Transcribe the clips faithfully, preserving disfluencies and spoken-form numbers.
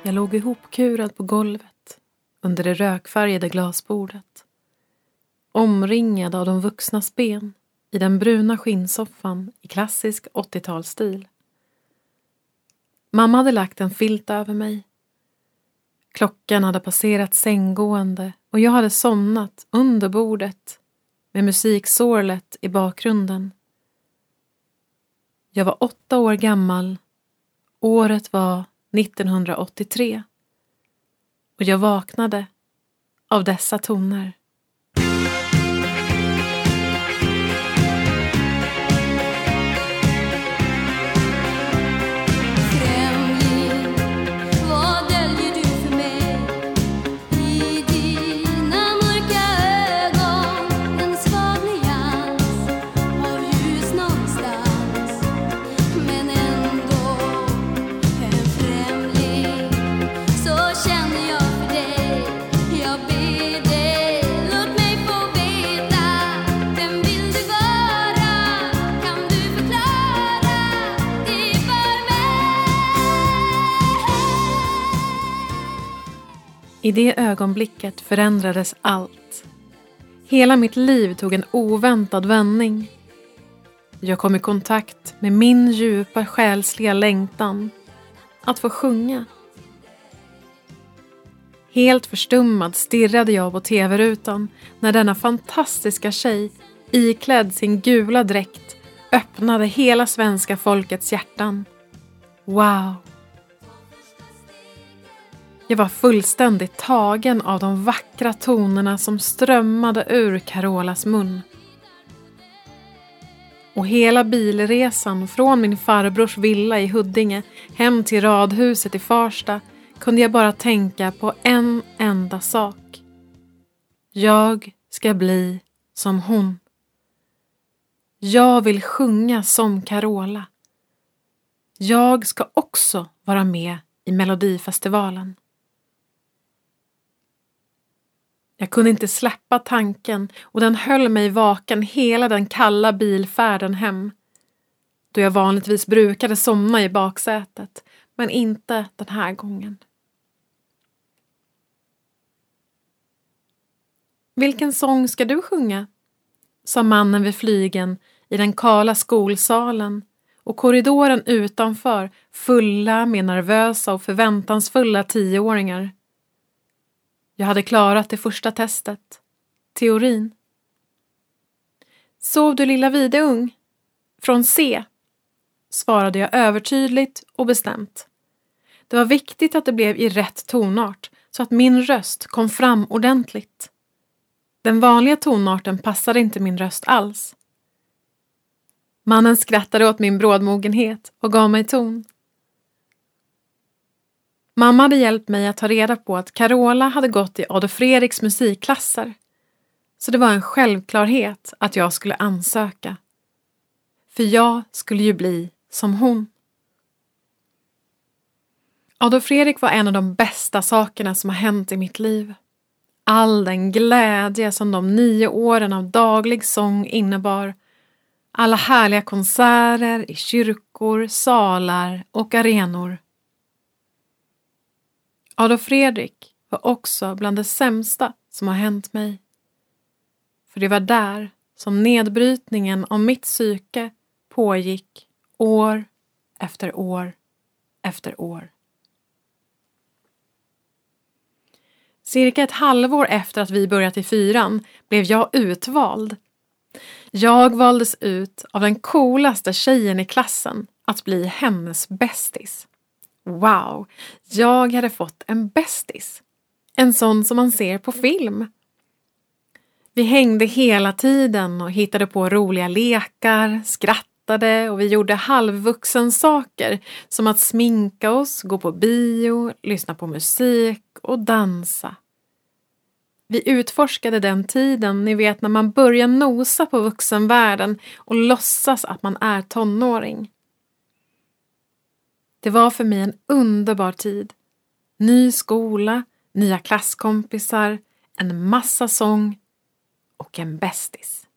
Jag låg ihopkurad på golvet under det rökfärgade glasbordet. Omringad av de vuxnas ben i den bruna skinnsoffan i klassisk åttiotalsstil. Mamma hade lagt en filt över mig. Klockan hade passerat sänggående och jag hade somnat under bordet med musiksorlet i bakgrunden. Jag var åtta år gammal. Året var nittonhundraåttiotre. Och jag vaknade av dessa toner. I det ögonblicket förändrades allt. Hela mitt liv tog en oväntad vändning. Jag kom i kontakt med min djupa själsliga längtan att få sjunga. Helt förstummad stirrade jag på tv-rutan när denna fantastiska tjej iklädd sin gula dräkt öppnade hela svenska folkets hjärtan. Wow! Jag var fullständigt tagen av de vackra tonerna som strömmade ur Carolas mun. Och hela bilresan från min farbrors villa i Huddinge hem till radhuset i Farsta kunde jag bara tänka på en enda sak. Jag ska bli som hon. Jag vill sjunga som Carola. Jag ska också vara med i Melodifestivalen. Jag kunde inte släppa tanken och den höll mig vaken hela den kalla bilfärden hem. Då jag vanligtvis brukade somna i baksätet, men inte den här gången. Vilken sång ska du sjunga? Sa mannen vid flygen i den kala skolsalen och korridoren utanför fulla med nervösa och förväntansfulla tioåringar. Jag hade klarat det första testet. Teorin. Sov du lilla Videung? Från C. Svarade jag övertydligt och bestämt. Det var viktigt att det blev i rätt tonart så att min röst kom fram ordentligt. Den vanliga tonarten passade inte min röst alls. Mannen skrattade åt min brådmogenhet och gav mig ton. Mamma hade hjälpt mig att ta reda på att Carola hade gått i Adolf Fredriks musikklasser. Så det var en självklarhet att jag skulle ansöka. För jag skulle ju bli som hon. Adolf Fredrik var en av de bästa sakerna som har hänt i mitt liv. All den glädje som de nio åren av daglig sång innebar. Alla härliga konserter i kyrkor, salar och arenor. Adolf Fredrik var också bland det sämsta som har hänt mig. För det var där som nedbrytningen av mitt psyke pågick år efter år efter år. Cirka ett halvår efter att vi börjat i fyran blev jag utvald. Jag valdes ut av den coolaste tjejen i klassen att bli hennes bästis. Wow, jag hade fått en bästis. En sån som man ser på film. Vi hängde hela tiden och hittade på roliga lekar, skrattade och vi gjorde halvvuxen saker som att sminka oss, gå på bio, lyssna på musik och dansa. Vi utforskade den tiden, ni vet, när man börjar nosa på vuxenvärlden och låtsas att man är tonåring. Det var för mig en underbar tid. Ny skola, nya klasskompisar, en massa sång och en bästis.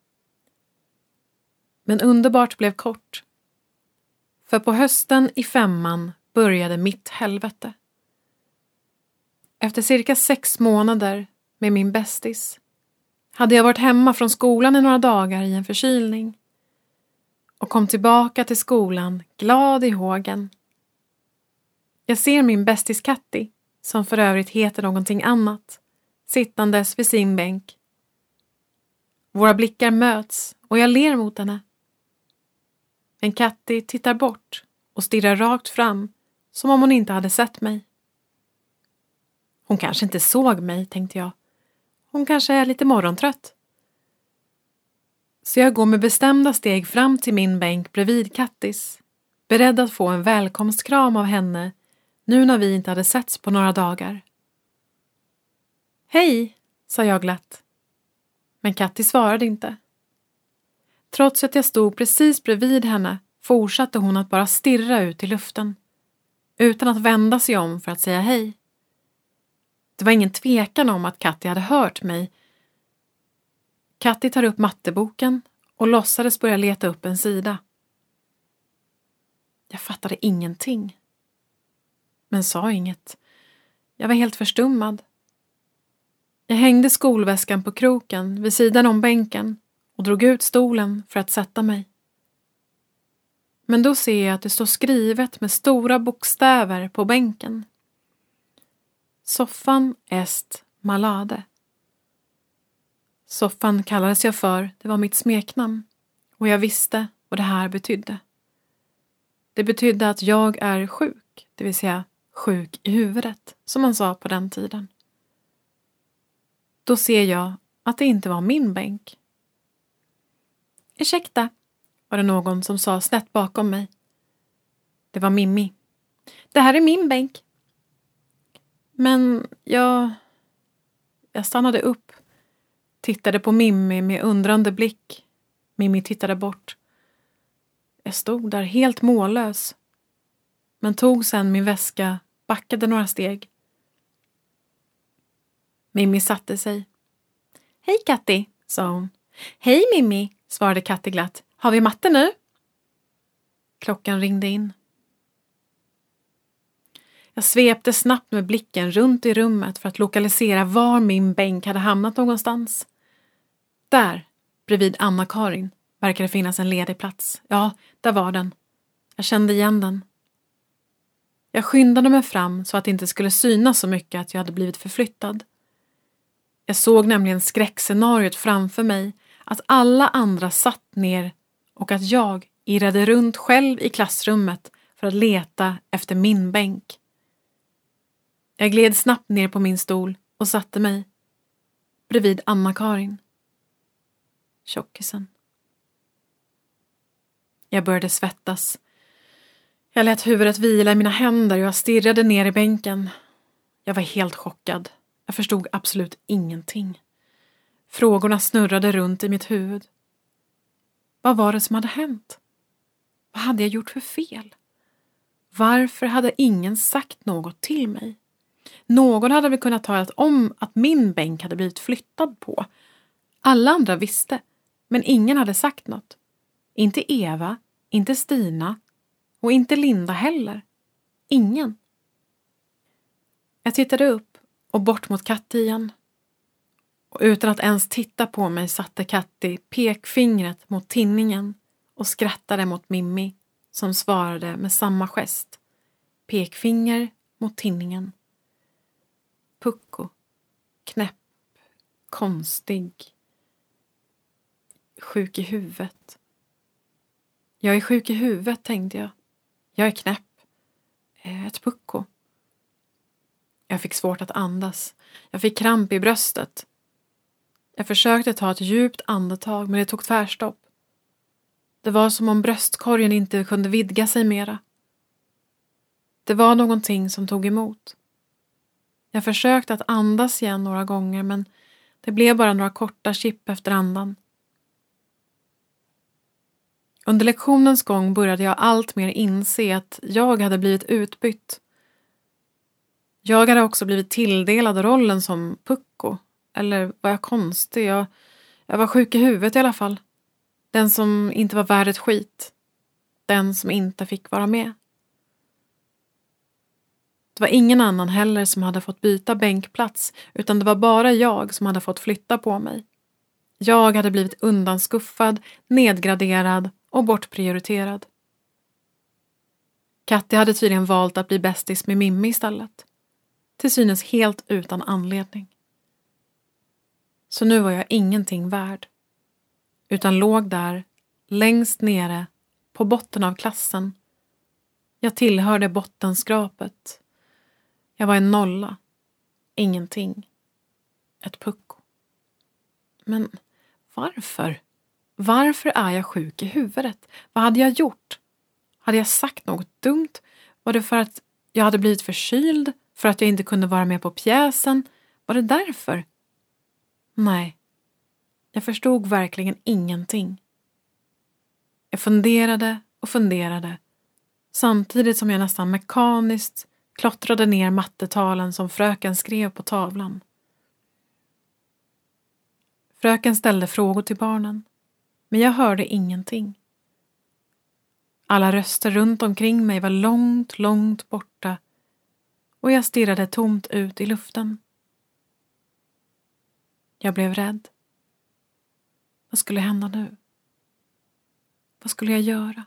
Men underbart blev kort. För på hösten i femman började mitt helvete. Efter cirka sex månader med min bästis hade jag varit hemma från skolan i några dagar i en förkylning och kom tillbaka till skolan glad i hågen. Jag ser min bästis Katti, som för övrigt heter någonting annat, sittandes vid sin bänk. Våra blickar möts och jag ler mot henne. Men Katti tittar bort och stirrar rakt fram som om hon inte hade sett mig. Hon kanske inte såg mig, tänkte jag. Hon kanske är lite morgontrött. Så jag går med bestämda steg fram till min bänk bredvid Kattis, beredd att få en välkomstkram av henne nu när vi inte hade setts på några dagar. Hej, sa jag glatt. Men Katti svarade inte. Trots att jag stod precis bredvid henne fortsatte hon att bara stirra ut i luften, utan att vända sig om för att säga hej. Det var ingen tvekan om att Katti hade hört mig. Katti tar upp matteboken och låtsades börja leta upp en sida. Jag fattade ingenting, men sa inget. Jag var helt förstummad. Jag hängde skolväskan på kroken vid sidan om bänken och drog ut stolen för att sätta mig. Men då ser jag att det står skrivet med stora bokstäver på bänken. Soffan est malade. Soffan kallades jag för, det var mitt smeknamn, och jag visste vad det här betydde. Det betydde att jag är sjuk, det vill säga sjuk i huvudet, som man sa på den tiden. Då ser jag att det inte var min bänk. Ursäkta, var det någon som sa snett bakom mig. Det var Mimmi. Det här är min bänk. Men jag... Jag stannade upp. Tittade på Mimmi med undrande blick. Mimmi tittade bort. Jag stod där helt mållös. Men tog sedan min väska, backade några steg. Mimmi satte sig. Hej Katti, sa hon. Hej Mimmi, svarade Katti glatt. Har vi matte nu? Klockan ringde in. Jag svepte snabbt med blicken runt i rummet för att lokalisera var min bänk hade hamnat någonstans. Där, bredvid Anna-Karin, verkade det finnas en ledig plats. Ja, där var den. Jag kände igen den. Jag skyndade mig fram så att det inte skulle synas så mycket att jag hade blivit förflyttad. Jag såg nämligen skräckscenariot framför mig, att alla andra satt ner och att jag irrade runt själv i klassrummet för att leta efter min bänk. Jag gled snabbt ner på min stol och satte mig bredvid Anna-Karin. Tjockisen. Jag började svettas. Jag lät huvudet vila i mina händer och jag stirrade ner i bänken. Jag var helt chockad. Jag förstod absolut ingenting. Frågorna snurrade runt i mitt huvud. Vad var det som hade hänt? Vad hade jag gjort för fel? Varför hade ingen sagt något till mig? Någon hade väl kunnat tala om att min bänk hade blivit flyttad på. Alla andra visste, men ingen hade sagt något. Inte Eva, inte Stina och inte Linda heller. Ingen. Jag tittade upp och bort mot Katti igen. Och utan att ens titta på mig satte Katti pekfingret mot tinningen och skrattade mot Mimmi som svarade med samma gest. Pekfinger mot tinningen. Pucko. Knäpp. Konstig. Sjuk i huvudet. Jag är sjuk i huvudet, tänkte jag. Jag är knäpp. Ett pucko. Jag fick svårt att andas. Jag fick kramp i bröstet. Jag försökte ta ett djupt andetag, men det tog tvärstopp. Det var som om bröstkorgen inte kunde vidga sig mera. Det var någonting som tog emot. Jag försökte att andas igen några gånger, men det blev bara några korta kipp efter andan. Under lektionens gång började jag allt mer inse att jag hade blivit utbytt. Jag hade också blivit tilldelad rollen som pucko. Eller var jag konstig? Jag, jag var sjuk i huvudet i alla fall. Den som inte var värd ett skit. Den som inte fick vara med. Det var ingen annan heller som hade fått byta bänkplats, utan det var bara jag som hade fått flytta på mig. Jag hade blivit undanskuffad, nedgraderad och bortprioriterad. Katti hade tydligen valt att bli bästis med Mimmi istället. Till synes helt utan anledning. Så nu var jag ingenting värd. Utan låg där, längst nere, på botten av klassen. Jag tillhörde bottenskrapet. Jag var en nolla. Ingenting. Ett pucko. Men varför? Varför är jag sjuk i huvudet? Vad hade jag gjort? Hade jag sagt något dumt? Var det för att jag hade blivit förkyld? För att jag inte kunde vara med på pjäsen? Var det därför? Nej. Jag förstod verkligen ingenting. Jag funderade och funderade. Samtidigt som jag nästan mekaniskt klottrade ner mattetalen som fröken skrev på tavlan. Fröken ställde frågor till barnen. Men jag hörde ingenting. Alla röster runt omkring mig var långt, långt borta. Och jag stirrade tomt ut i luften. Jag blev rädd. Vad skulle hända nu? Vad skulle jag göra?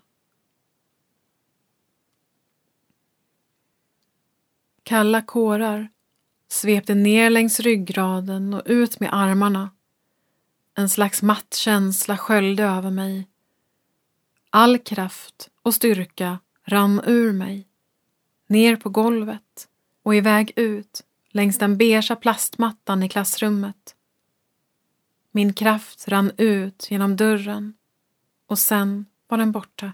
Kalla kårar svepte ner längs ryggraden och ut med armarna. En slags matt känsla sköljde över mig. All kraft och styrka rann ur mig. Ner på golvet och iväg ut längs den beige plastmattan i klassrummet. Min kraft rann ut genom dörren och sen var den borta.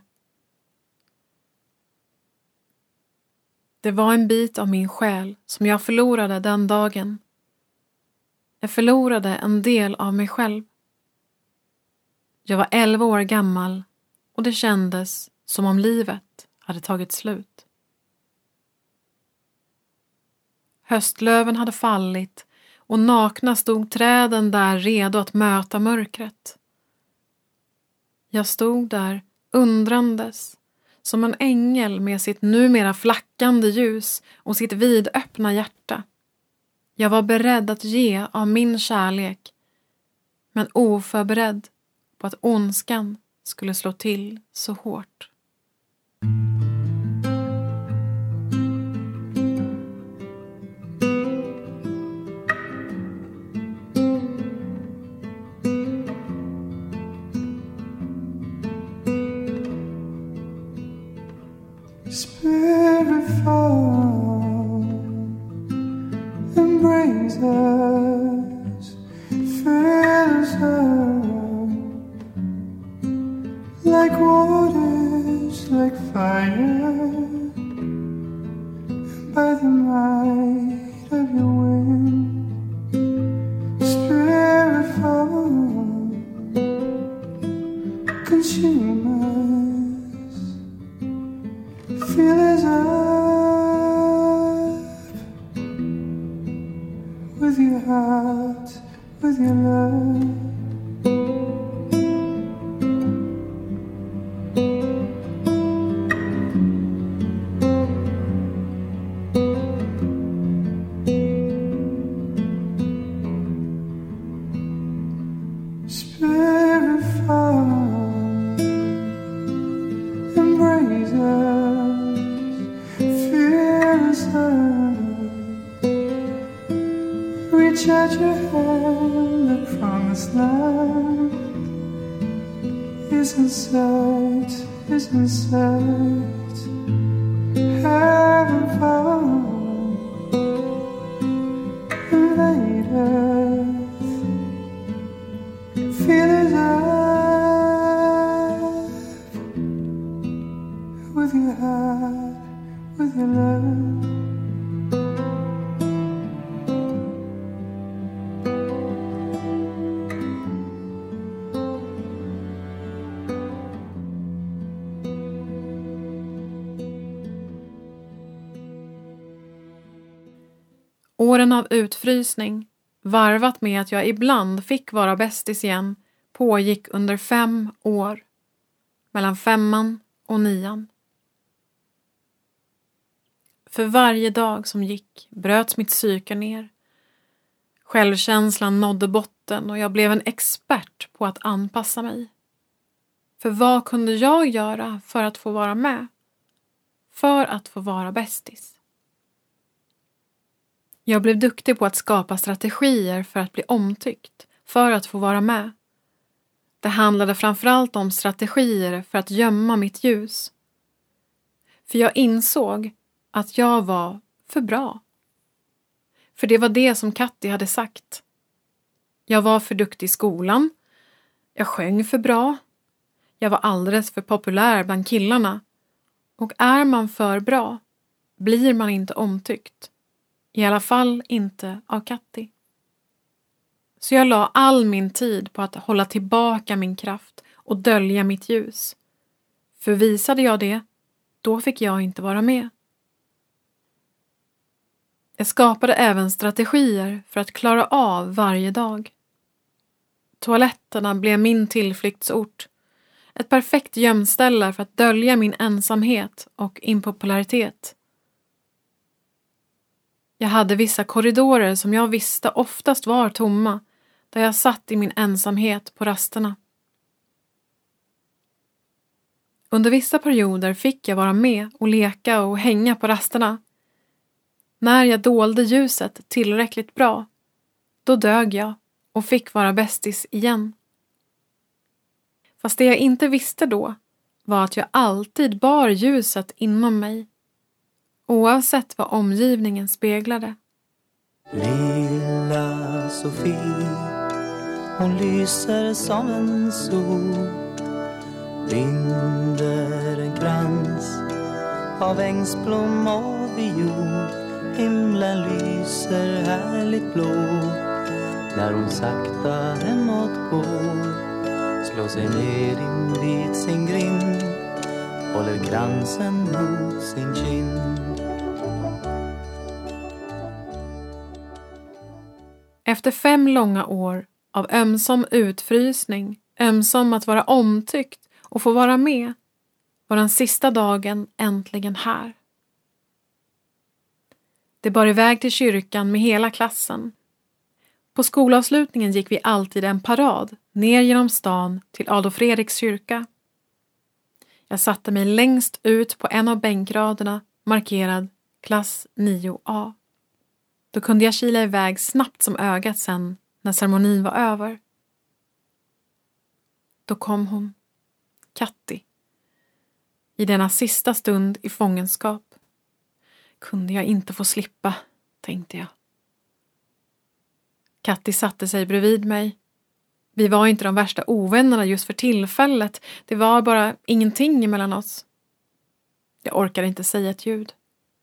Det var en bit av min själ som jag förlorade den dagen. Jag förlorade en del av mig själv. Jag var elva år gammal och det kändes som om livet hade tagit slut. Höstlöven hade fallit och nakna stod träden där redo att möta mörkret. Jag stod där undrandes som en ängel med sitt numera flackande ljus och sitt vidöppna hjärta. Jag var beredd att ge av min kärlek, men oförberedd på att ondskan skulle slå till så hårt. Spirit fall, embrace us, fill us up, like waters, like fire, by the might of your wind. Spirit fall, consume us, fill us up with your heart, with your love. Spirit fall, embrace us, fill us up, reach out your hand, the promised land is in sight, is in sight. Heaven fall, invade earth, fill us up with your heart, with your love. Åren av utfrysning, varvat med att jag ibland fick vara bästis igen, pågick under fem år, mellan femman och nian. För varje dag som gick bröts mitt psyke ner. Självkänslan nådde botten och jag blev en expert på att anpassa mig. För vad kunde jag göra för att få vara med? För att få vara bästis. Jag blev duktig på att skapa strategier för att bli omtyckt, för att få vara med. Det handlade framförallt om strategier för att gömma mitt ljus. För jag insåg att jag var för bra. För det var det som Katti hade sagt. Jag var för duktig i skolan. Jag sjöng för bra. Jag var alldeles för populär bland killarna. Och är man för bra blir man inte omtyckt. I alla fall inte av Katti. Så jag la all min tid på att hålla tillbaka min kraft och dölja mitt ljus. För visade jag det, då fick jag inte vara med. Jag skapade även strategier för att klara av varje dag. Toaletterna blev min tillflyktsort. Ett perfekt gömställe för att dölja min ensamhet och impopularitet. Jag hade vissa korridorer som jag visste oftast var tomma, där jag satt i min ensamhet på rasterna. Under vissa perioder fick jag vara med och leka och hänga på rasterna. När jag dolde ljuset tillräckligt bra, då dög jag och fick vara bästis igen. Fast det jag inte visste då var att jag alltid bar ljuset inom mig, oavsett vad omgivningen speglade. Lilla Sofie, hon lyser som en sol, binder en krans av ängsblom och viol. Himlen lyser härligt blå när hon sakta hemåt går, slår sig ner invid sin grind, håller kransen mot sin kind. Efter fem långa år av ömsom utfrysning, ömsom att vara omtyckt och få vara med, var den sista dagen äntligen här. Det bar iväg till kyrkan med hela klassen. På skolavslutningen gick vi alltid en parad ner genom stan till Adolf Fredriks kyrka. Jag satte mig längst ut på en av bänkraderna markerad klass nio A. Då kunde jag kila iväg snabbt som ögat sen när ceremonin var över. Då kom hon, Katti. I denna sista stund i fångenskap. Kunde jag inte få slippa, tänkte jag. Katti satte sig bredvid mig. Vi var inte de värsta ovännerna just för tillfället. Det var bara ingenting mellan oss. Jag orkade inte säga ett ljud.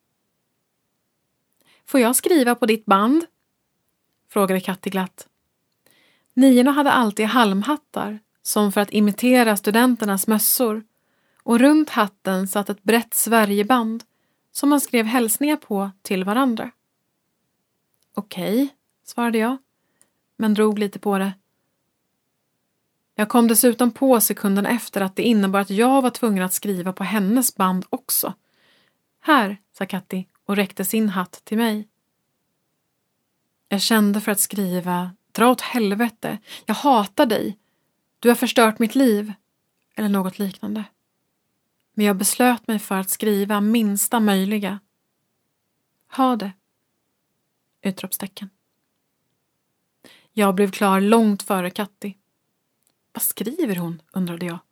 Får jag skriva på ditt band? Frågade Katti glatt. Niorna hade alltid halmhattar, som för att imitera studenternas mössor. Och runt hatten satt ett brett Sverigeband som man skrev hälsningar på till varandra. Okej, svarade jag, men drog lite på det. Jag kom dessutom på sekunden efter att det innebar att jag var tvungen att skriva på hennes band också. Här, sa Katti och räckte sin hatt till mig. Jag kände för att skriva, dra åt helvete, jag hatar dig, du har förstört mitt liv, eller något liknande. Men jag beslöt mig för att skriva minsta möjliga. Ha det. Utropstecken. Jag blev klar långt före Katti. Vad skriver hon, undrade jag.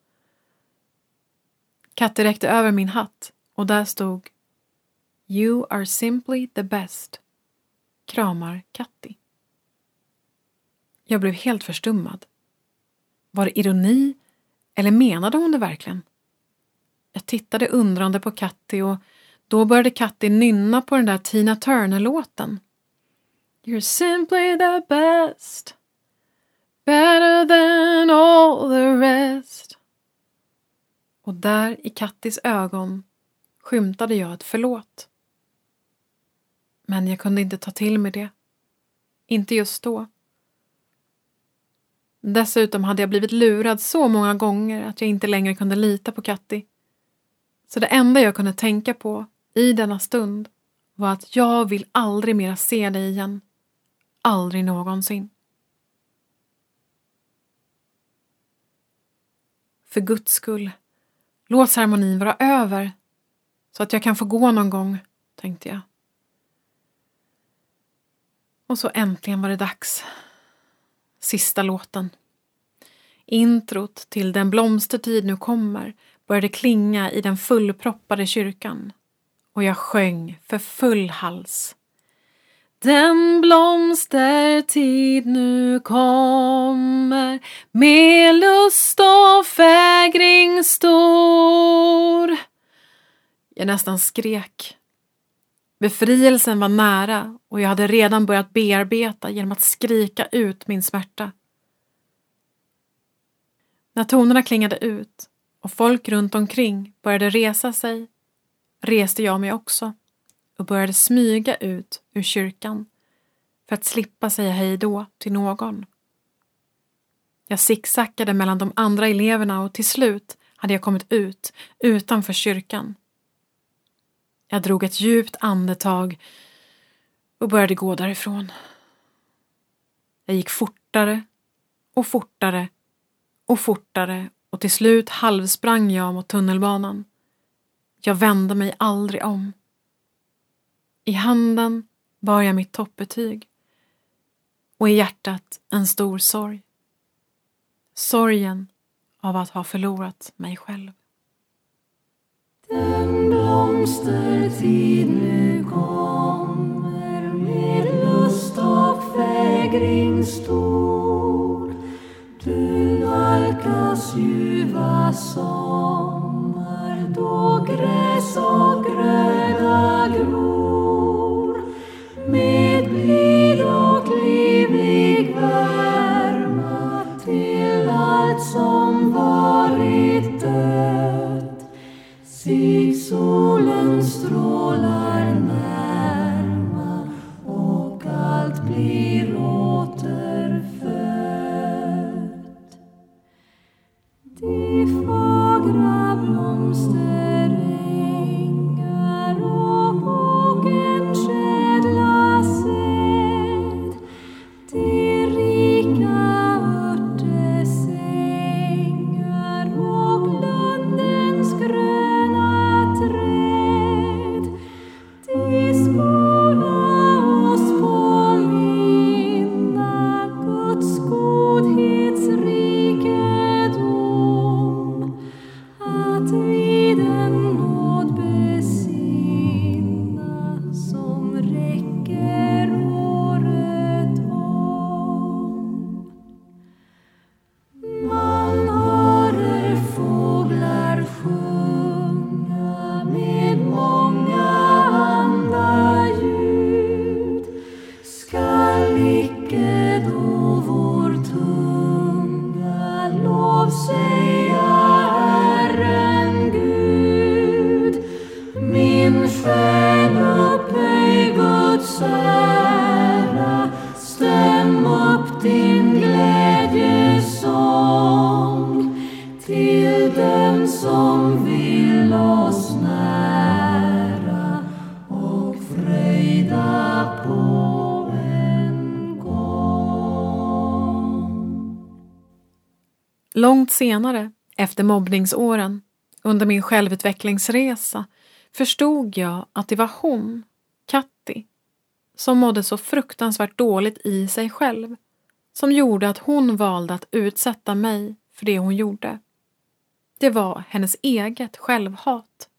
Katti räckte över min hatt och där stod You are simply the best. Kramar Katti. Jag blev helt förstummad. Var det ironi eller menade hon det verkligen? Jag tittade undrande på Katti och då började Katti nynna på den där Tina Turner-låten. You're simply the best. Better than all the rest. Och där i Kattis ögon skymtade jag ett förlåt. Men jag kunde inte ta till mig det. Inte just då. Dessutom hade jag blivit lurad så många gånger att jag inte längre kunde lita på Katti. Så det enda jag kunde tänka på i denna stund var att jag vill aldrig mer se dig igen. Aldrig någonsin. För Guds skull, låt ceremonin vara över så att jag kan få gå någon gång, tänkte jag. Och så äntligen var det dags. Sista låten. Introt till Den blomstertid nu kommer började klinga i den fullproppade kyrkan. Och jag sjöng för full hals. Den blomstertid nu kommer med lust och fägring stor. Jag nästan skrek. Befrielsen var nära och jag hade redan börjat bearbeta genom att skrika ut min smärta. När tonerna klingade ut och folk runt omkring började resa sig, reste jag mig också och började smyga ut ur kyrkan för att slippa säga hej då till någon. Jag zigzackade mellan de andra eleverna och till slut hade jag kommit ut utanför kyrkan. Jag drog ett djupt andetag och började gå därifrån. Jag gick fortare och fortare och fortare och till slut halvsprang jag mot tunnelbanan. Jag vände mig aldrig om. I handen bar jag mitt toppbetyg och i hjärtat en stor sorg. Sorgen av att ha förlorat mig själv. Den blomstertid nu kommer med lust och fägring stor. Du nalkas ljuva sommar då gräs och gröna gror. Med blid och livlig värma till allt som varit dött. Sig solen strålar närma och allt blir återfött. De fagra blomsterängar och bågenkedla säd, de rika örtesängar och lundens gröna träd, de skola oss påminna Guds godhetsrikedom, att vi den nåd besinna som räcker året om. Man hörer fåglar sjunga med många andaljud. Skall icke då vår tunga lov säga Herren Gud? Min själ upphöj Guds ära, stäm upp din glädjesång till den som vill oss nära och fröjda på en gång. Långt senare, efter mobbningsåren, under min självutvecklingsresa, förstod jag att det var hon, Katti, som mådde så fruktansvärt dåligt i sig själv, som gjorde att hon valde att utsätta mig för det hon gjorde. Det var hennes eget självhat.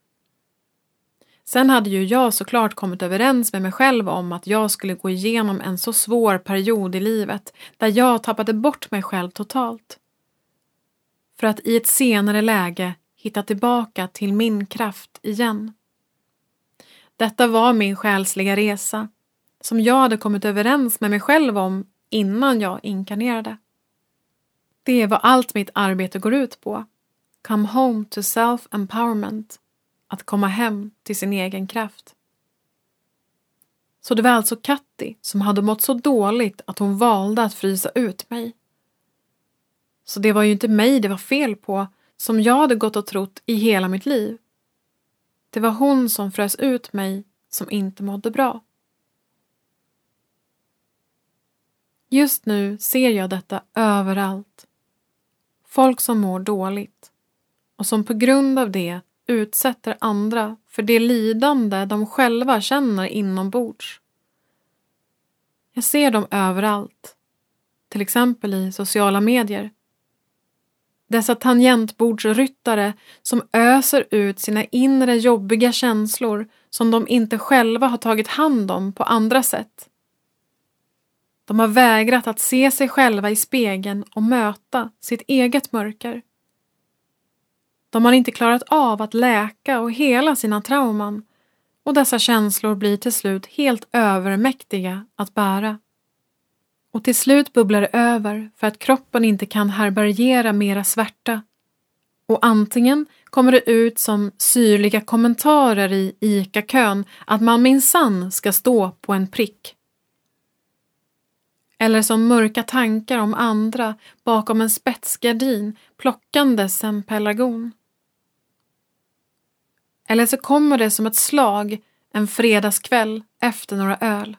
Sen hade ju jag såklart kommit överens med mig själv om att jag skulle gå igenom en så svår period i livet där jag tappade bort mig själv totalt. För att i ett senare läge hitta tillbaka till min kraft igen. Detta var min själsliga resa som jag hade kommit överens med mig själv om innan jag inkarnerade. Det är vad allt mitt arbete går ut på. Come home to self-empowerment. Att komma hem till sin egen kraft. Så det var alltså Katti som hade mått så dåligt att hon valde att frysa ut mig. Så det var ju inte mig det var fel på, som jag hade gått och trott i hela mitt liv. Det var hon som frös ut mig som inte mådde bra. Just nu ser jag detta överallt. Folk som mår dåligt och som på grund av det utsätter andra för det lidande de själva känner inombords. Jag ser dem överallt, till exempel i sociala medier. Dessa tangentbordsryttare som öser ut sina inre jobbiga känslor som de inte själva har tagit hand om på andra sätt. De har vägrat att se sig själva i spegeln och möta sitt eget mörker. De har inte klarat av att läka och hela sina trauman och dessa känslor blir till slut helt övermäktiga att bära. Och till slut bubblar det över för att kroppen inte kan härbärgera mera smärta. Och antingen kommer det ut som syrliga kommentarer i ICA-kön att man minsann ska stå på en prick. Eller som mörka tankar om andra bakom en spetsgardin plockandes en pelargon. Eller så kommer det som ett slag en fredagskväll efter några öl.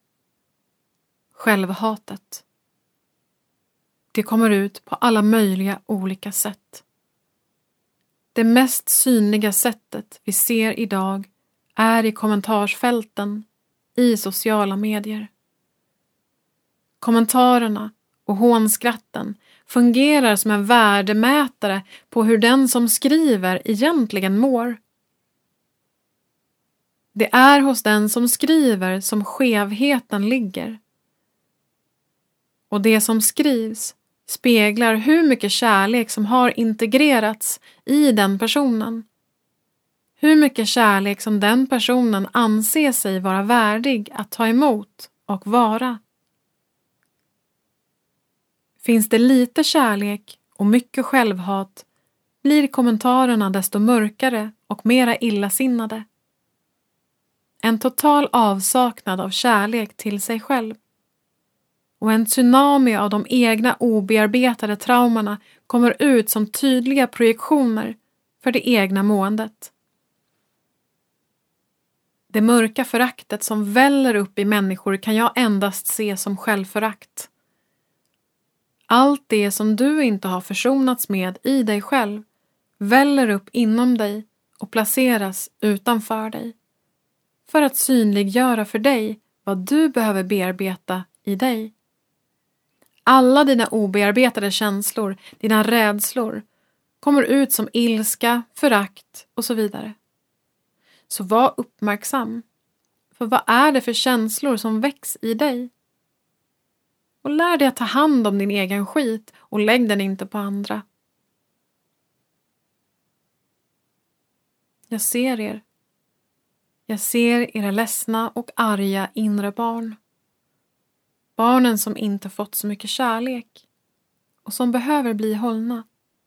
Självhatet. Det kommer ut på alla möjliga olika sätt. Det mest synliga sättet vi ser idag är i kommentarsfälten i sociala medier. Kommentarerna och hånskratten fungerar som en värdemätare på hur den som skriver egentligen mår. Det är hos den som skriver som skevheten ligger. Och det som skrivs speglar hur mycket kärlek som har integrerats i den personen. Hur mycket kärlek som den personen anser sig vara värdig att ta emot och vara. Finns det lite kärlek och mycket självhat blir kommentarerna desto mörkare och mera illasinnade. En total avsaknad av kärlek till sig själv. Och en tsunami av de egna obearbetade traumorna kommer ut som tydliga projektioner för det egna måendet. Det mörka föraktet som väller upp i människor kan jag endast se som självförakt. Allt det som du inte har försonats med i dig själv väller upp inom dig och placeras utanför dig. För att synliggöra för dig vad du behöver bearbeta i dig. Alla dina obearbetade känslor, dina rädslor, kommer ut som ilska, förakt och så vidare. Så var uppmärksam. För vad är det för känslor som väcks i dig? Och lär dig att ta hand om din egen skit och lägg den inte på andra. Jag ser er. Jag ser era ledsna och arga inre barn. Barnen som inte fått så mycket kärlek och som behöver bli hållna.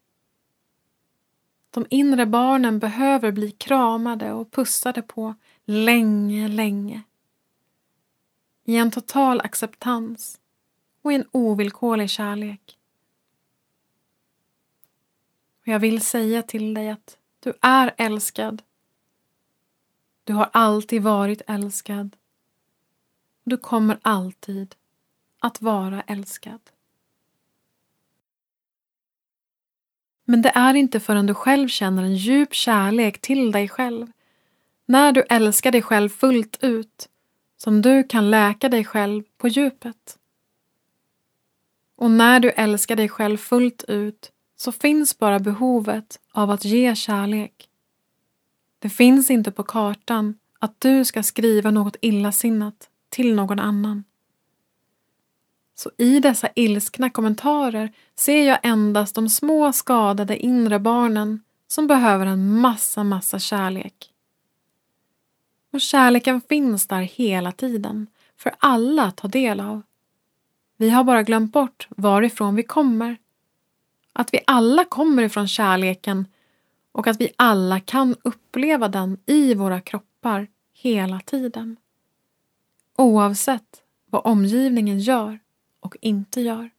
De inre barnen behöver bli kramade och pussade på länge, länge. I en total acceptans och en ovillkorlig kärlek. Och jag vill säga till dig att du är älskad. Du har alltid varit älskad. Du kommer alltid att vara älskad. Men det är inte förrän du själv känner en djup kärlek till dig själv, när du älskar dig själv fullt ut, som du kan läka dig själv på djupet. Och när du älskar dig själv fullt ut så finns bara behovet av att ge kärlek. Det finns inte på kartan att du ska skriva något illasinnat till någon annan. Så i dessa ilskna kommentarer ser jag endast de små skadade inre barnen som behöver en massa, massa kärlek. Och kärleken finns där hela tiden, för alla att ta del av. Vi har bara glömt bort varifrån vi kommer. Att vi alla kommer ifrån kärleken och att vi alla kan uppleva den i våra kroppar hela tiden. Oavsett vad omgivningen gör och inte gör.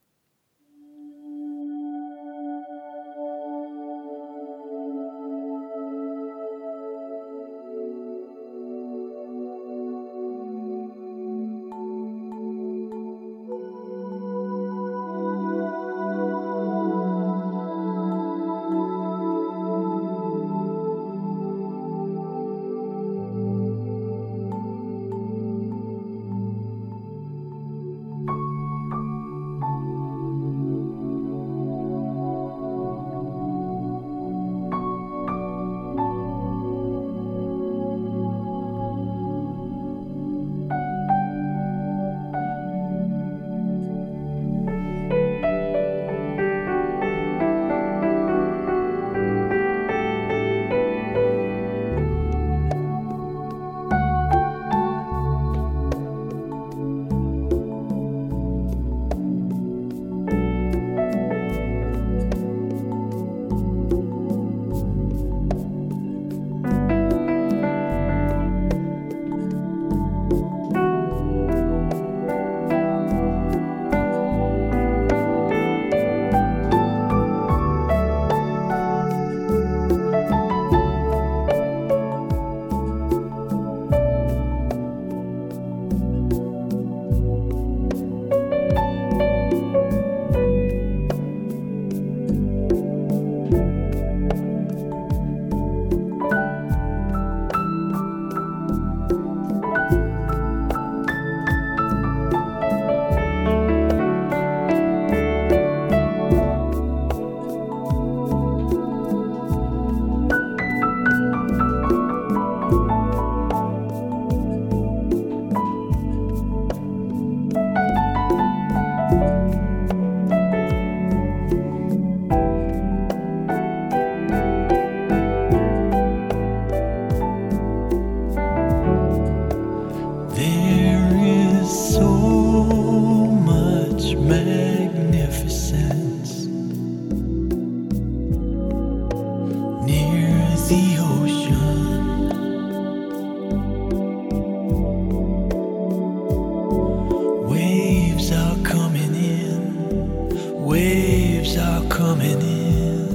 Waves are coming in.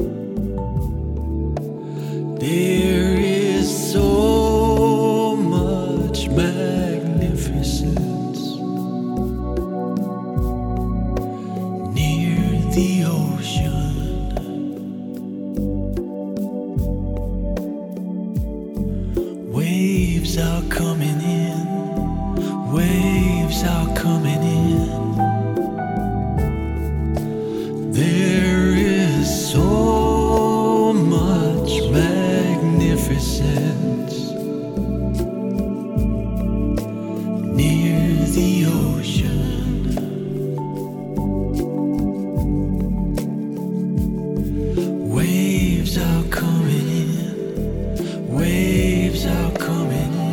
There is so much magnificence near the ocean. Waves are coming in. Waves are coming in. There is so much magnificence near the ocean. Waves are coming in. Waves are coming in.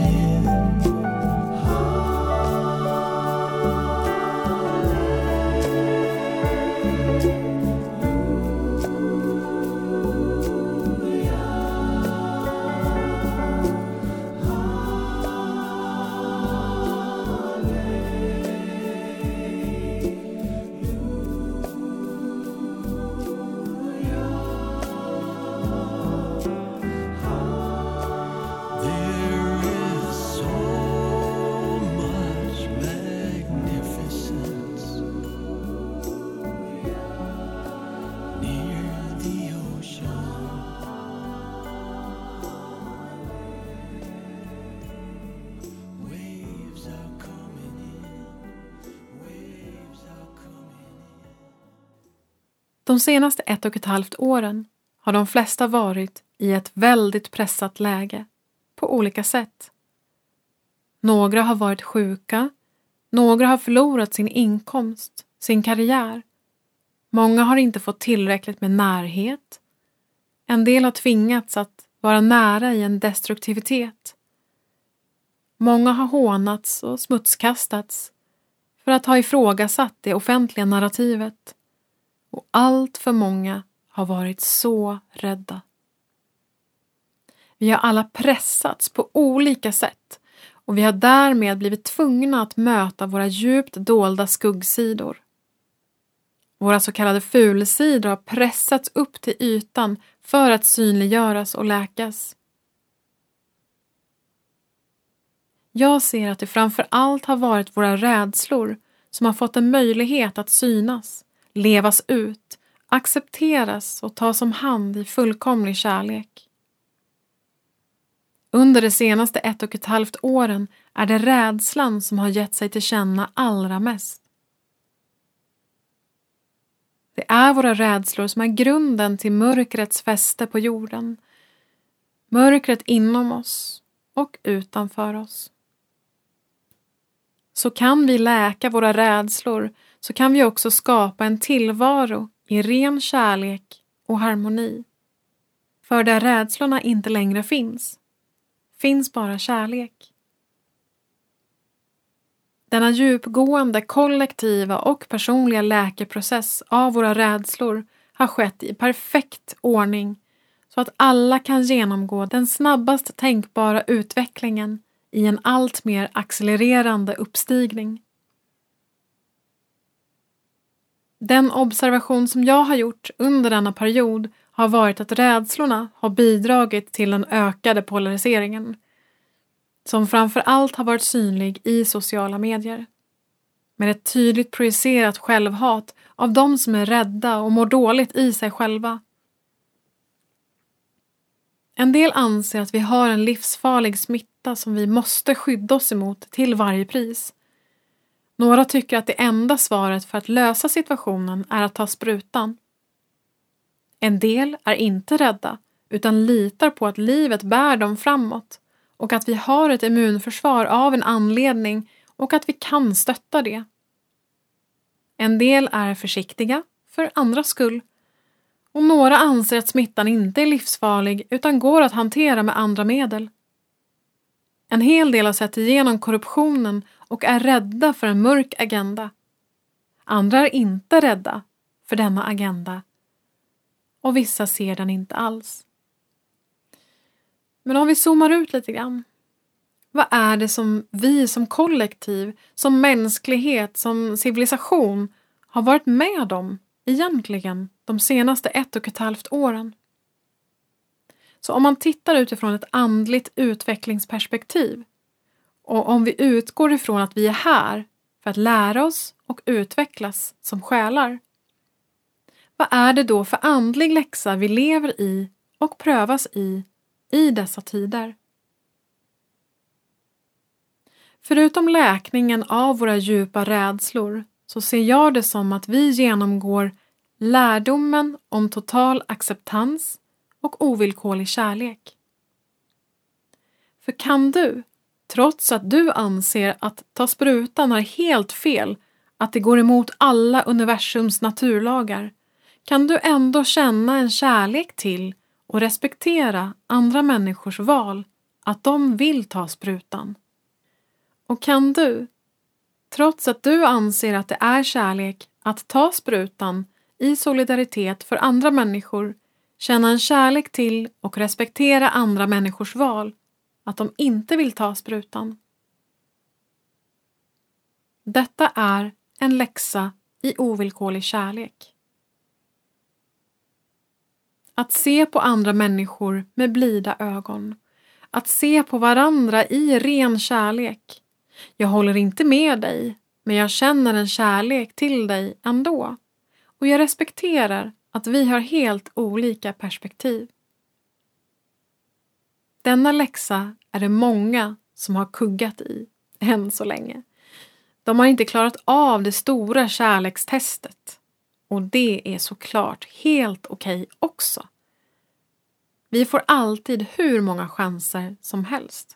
De senaste ett och ett halvt åren har de flesta varit i ett väldigt pressat läge på olika sätt. Några har varit sjuka, några har förlorat sin inkomst, sin karriär. Många har inte fått tillräckligt med närhet. En del har tvingats att vara nära i en destruktivitet. Många har hånats och smutskastats för att ha ifrågasatt det offentliga narrativet. Och allt för många har varit så rädda. Vi har alla pressats på olika sätt och vi har därmed blivit tvungna att möta våra djupt dolda skuggsidor. Våra så kallade fulsidor har pressats upp till ytan för att synliggöras och läkas. Jag ser att det framför allt har varit våra rädslor som har fått en möjlighet att synas, levas ut, accepteras och tas om hand i fullkomlig kärlek. Under de senaste ett och ett halvt åren är det rädslan som har gett sig till känna allra mest. Det är våra rädslor som är grunden till mörkrets fäste på jorden. Mörkret inom oss och utanför oss. Så kan vi läka våra rädslor, så kan vi också skapa en tillvaro i ren kärlek och harmoni. För där rädslorna inte längre finns, finns bara kärlek. Denna djupgående kollektiva och personliga läkeprocess av våra rädslor har skett i perfekt ordning så att alla kan genomgå den snabbast tänkbara utvecklingen i en allt mer accelererande uppstigning. Den observation som jag har gjort under denna period har varit att rädslorna har bidragit till den ökade polariseringen, som framför allt har varit synlig i sociala medier. Med ett tydligt projicerat självhat av de som är rädda och mår dåligt i sig själva. En del anser att vi har en livsfarlig smitta som vi måste skydda oss emot till varje pris. Några tycker att det enda svaret för att lösa situationen är att ta sprutan. En del är inte rädda utan litar på att livet bär dem framåt och att vi har ett immunförsvar av en anledning och att vi kan stötta det. En del är försiktiga för andras skull och några anser att smittan inte är livsfarlig utan går att hantera med andra medel. En hel del har sett igenom korruptionen och är rädda för en mörk agenda. Andra är inte rädda för denna agenda. Och vissa ser den inte alls. Men om vi zoomar ut lite grann. Vad är det som vi som kollektiv, som mänsklighet, som civilisation har varit med om egentligen de senaste ett och ett halvt åren. Så om man tittar utifrån ett andligt utvecklingsperspektiv och om vi utgår ifrån att vi är här för att lära oss och utvecklas som själar, vad är det då för andlig läxa vi lever i och prövas i i dessa tider? Förutom läkningen av våra djupa rädslor så ser jag det som att vi genomgår lärdomen om total acceptans och ovillkorlig kärlek. För kan du, trots att du anser att ta sprutan är helt fel, att det går emot alla universums naturlagar, kan du ändå känna en kärlek till och respektera andra människors val att de vill ta sprutan? Och kan du, trots att du anser att det är kärlek att ta sprutan i solidaritet för andra människor, känna en kärlek till och respektera andra människors val att de inte vill ta sprutan? Detta är en läxa i ovillkorlig kärlek. Att se på andra människor med blida ögon. Att se på varandra i ren kärlek. Jag håller inte med dig, men jag känner en kärlek till dig ändå. Och jag respekterar att vi har helt olika perspektiv. Denna läxa är det många som har kuggat i än så länge. De har inte klarat av det stora kärlekstestet. Och det är såklart helt okej också. Vi får alltid hur många chanser som helst.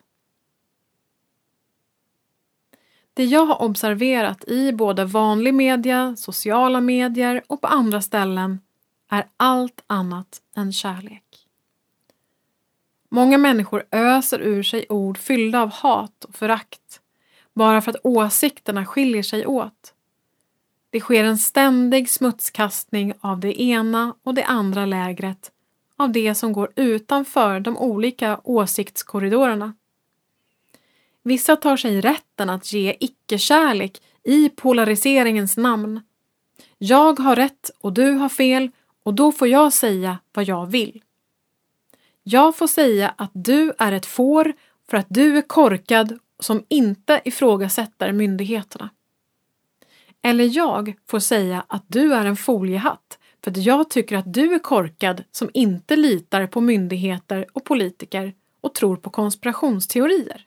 Det jag har observerat i både vanlig media, sociala medier och på andra ställen är allt annat än kärlek. Många människor öser ur sig ord fyllda av hat och förakt bara för att åsikterna skiljer sig åt. Det sker en ständig smutskastning av det ena och det andra lägret av det som går utanför de olika åsiktskorridorerna. Vissa tar sig rätten att ge icke-kärlek i polariseringens namn. Jag har rätt och du har fel och då får jag säga vad jag vill. Jag får säga att du är ett får för att du är korkad som inte ifrågasätter myndigheterna. Eller jag får säga att du är en foliehatt för att jag tycker att du är korkad som inte litar på myndigheter och politiker och tror på konspirationsteorier.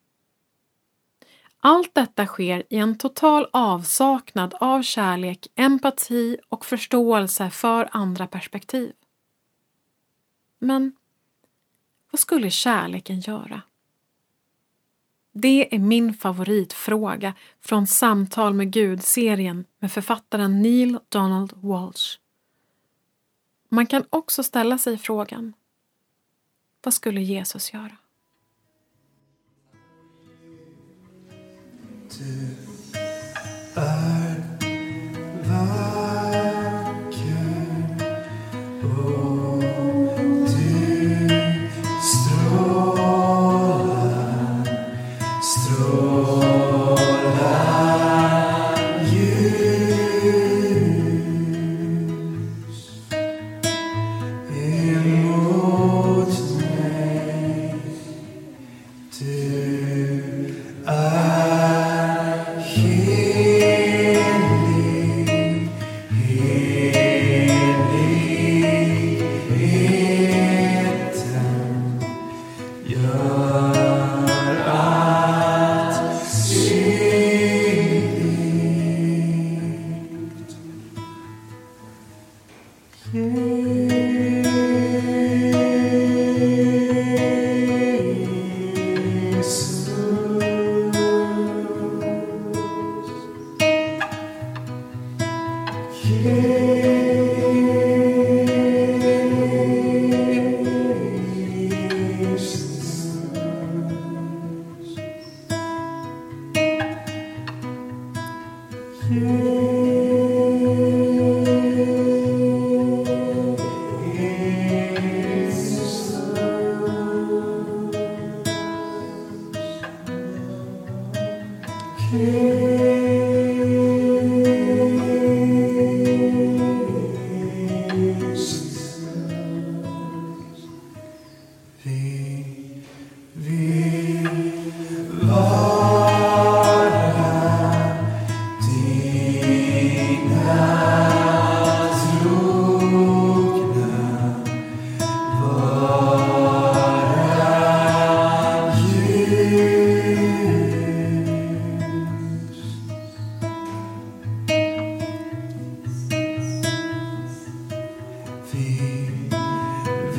Allt detta sker i en total avsaknad av kärlek, empati och förståelse för andra perspektiv. Men vad skulle kärleken göra? Det är min favoritfråga från Samtal med Gud-serien med författaren Neale Donald Walsch. Man kan också ställa sig frågan: vad skulle Jesus göra? Du är vacker och du strålar, strålar ljus emot mig. Du är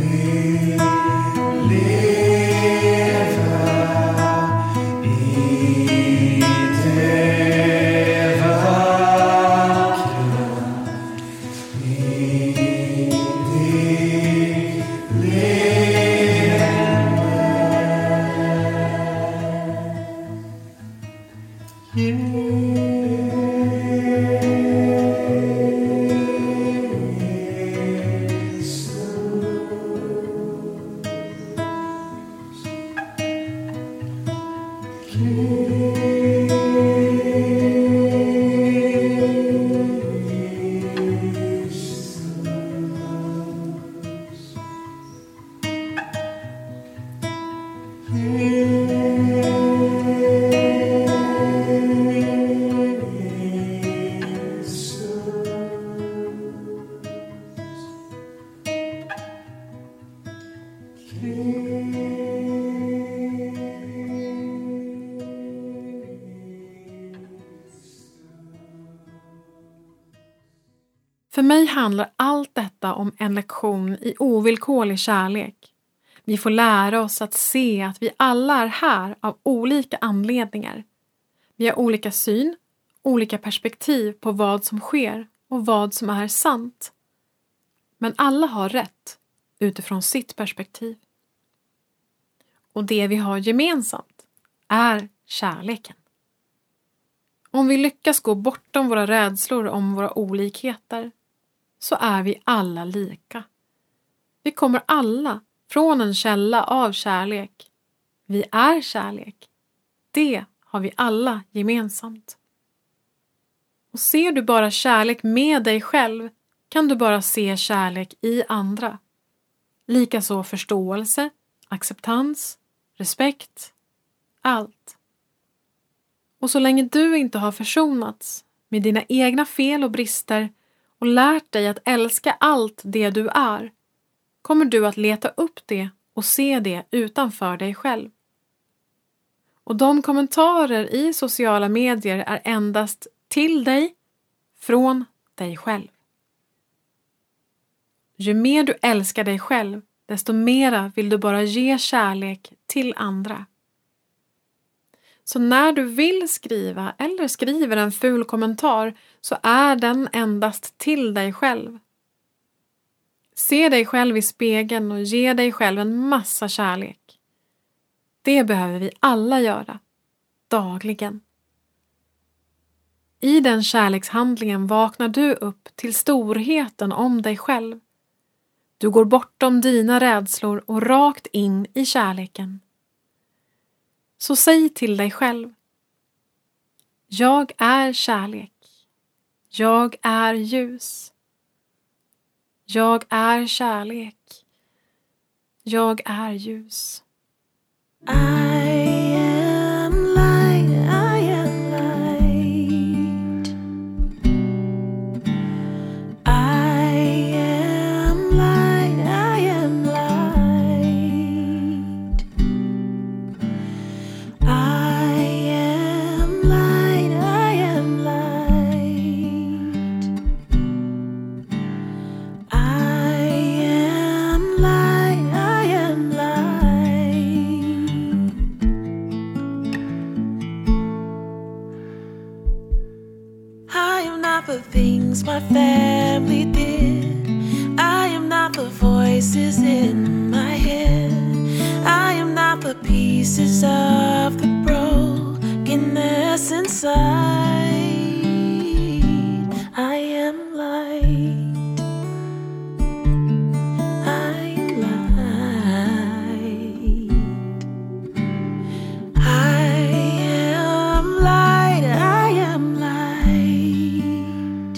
För mig handlar allt detta om en lektion i ovillkorlig kärlek. Vi får lära oss att se att vi alla är här av olika anledningar. Vi har olika syn, olika perspektiv på vad som sker och vad som är sant. Men alla har rätt utifrån sitt perspektiv. Och det vi har gemensamt är kärleken. Om vi lyckas gå bortom våra rädslor om våra olikheter så är vi alla lika. Vi kommer alla från en källa av kärlek. Vi är kärlek. Det har vi alla gemensamt. Och ser du bara kärlek med dig själv kan du bara se kärlek i andra. Likaså förståelse, acceptans, respekt, allt. Och så länge du inte har försonats med dina egna fel och brister och lärt dig att älska allt det du är, kommer du att leta upp det och se det utanför dig själv. Och de kommentarer i sociala medier är endast till dig, från dig själv. Ju mer du älskar dig själv, desto mera vill du bara ge kärlek till andra. Så när du vill skriva eller skriver en ful kommentar så är den endast till dig själv. Se dig själv i spegeln och ge dig själv en massa kärlek. Det behöver vi alla göra, dagligen. I den kärlekshandlingen vaknar du upp till storheten om dig själv. Du går bortom dina rädslor och rakt in i kärleken. Så säg till dig själv: jag är kärlek. Jag är ljus. Jag är kärlek. Jag är ljus. I am light, I am light. I am light, I am light. I am light, I am light. I am light, I am light. I am not the things my family did. I am not the voices in my head. I am not the pieces of the brokenness inside. I am light. I am light. I am light. I am light.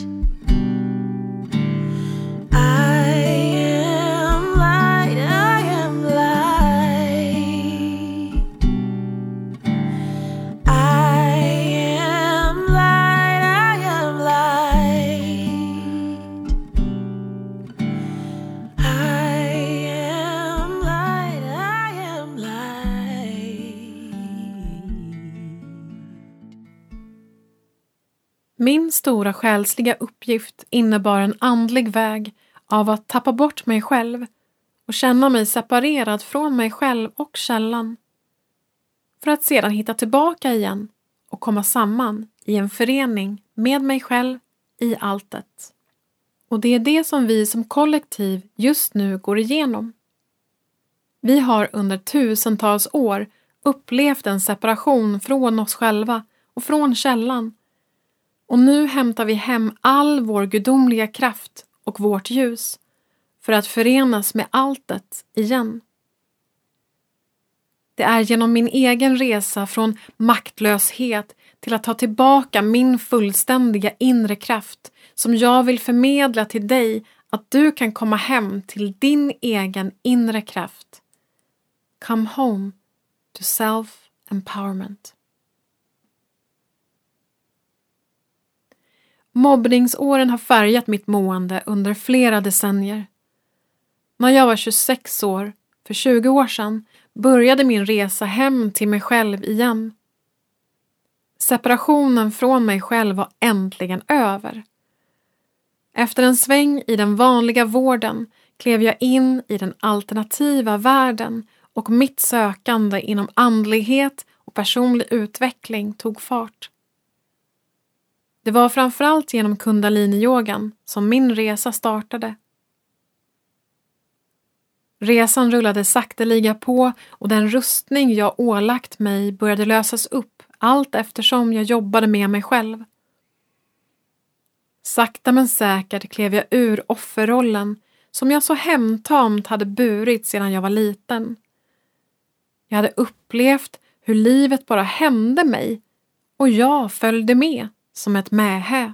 I am light. I am light. I am light. I am light. I am light. I am light. Min stora själsliga uppgift innebar en andlig väg av att tappa bort mig själv och känna mig separerad från mig själv och källan. För att sedan hitta tillbaka igen och komma samman i en förening med mig själv i alltet. Och det är det som vi som kollektiv just nu går igenom. Vi har under tusentals år upplevt en separation från oss själva och från källan. Och nu hämtar vi hem all vår gudomliga kraft och vårt ljus för att förenas med alltet igen. Det är genom min egen resa från maktlöshet till att ta tillbaka min fullständiga inre kraft som jag vill förmedla till dig att du kan komma hem till din egen inre kraft. Come home to self-empowerment. Mobbningsåren har färgat mitt mående under flera decennier. När jag var tjugosex år, för tjugo år sedan, började min resa hem till mig själv igen. Separationen från mig själv var äntligen över. Efter en sväng i den vanliga vården klev jag in i den alternativa världen och mitt sökande inom andlighet och personlig utveckling tog fart. Det var framförallt genom kundalini-yogan som min resa startade. Resan rullade sakteliga på och den rustning jag ålagt mig började lösas upp allt eftersom jag jobbade med mig själv. Sakta men säkert klev jag ur offerrollen som jag så hemtamt hade burit sedan jag var liten. Jag hade upplevt hur livet bara hände mig och jag följde med som ett mähä.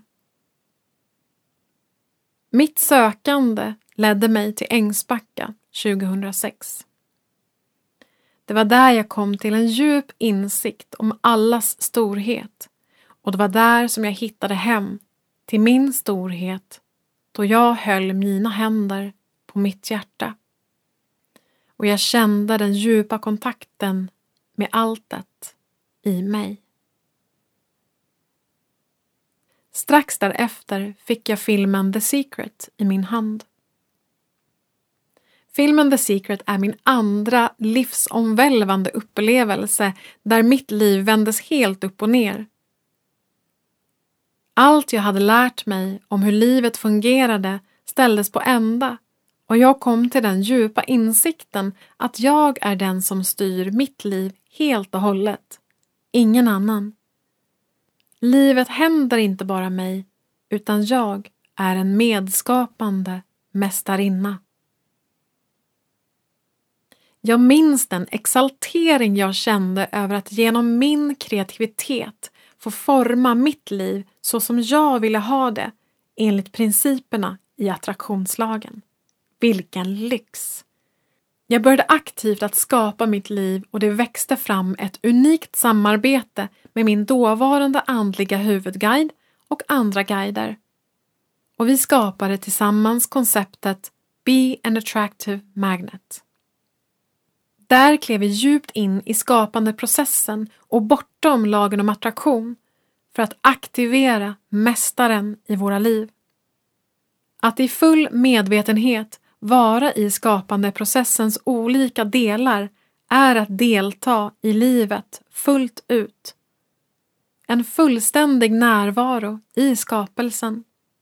Mitt sökande ledde mig till Ängsbacka tjugohundrasex. Det var där jag kom till en djup insikt om allas storhet och det var där som jag hittade hem till min storhet då jag höll mina händer på mitt hjärta. Och jag kände den djupa kontakten med alltet i mig. Strax därefter fick jag filmen The Secret i min hand. Filmen The Secret är min andra livsomvälvande upplevelse där mitt liv vändes helt upp och ner. Allt jag hade lärt mig om hur livet fungerade ställdes på ända och jag kom till den djupa insikten att jag är den som styr mitt liv helt och hållet. Ingen annan. Livet händer inte bara mig utan jag är en medskapande mästarinna. Jag minns den exaltering jag kände över att genom min kreativitet få forma mitt liv så som jag ville ha det enligt principerna i attraktionslagen. Vilken lyx! Jag började aktivt att skapa mitt liv och det växte fram ett unikt samarbete med min dåvarande andliga huvudguide och andra guider. Och vi skapade tillsammans konceptet Be an Attractive Magnet. Där klev vi djupt in i skapandeprocessen och bortom lagen om attraktion för att aktivera mästaren i våra liv. Att i full medvetenhet vara i skapandeprocessens olika delar är att delta i livet fullt ut. En fullständig närvaro i skapelsen.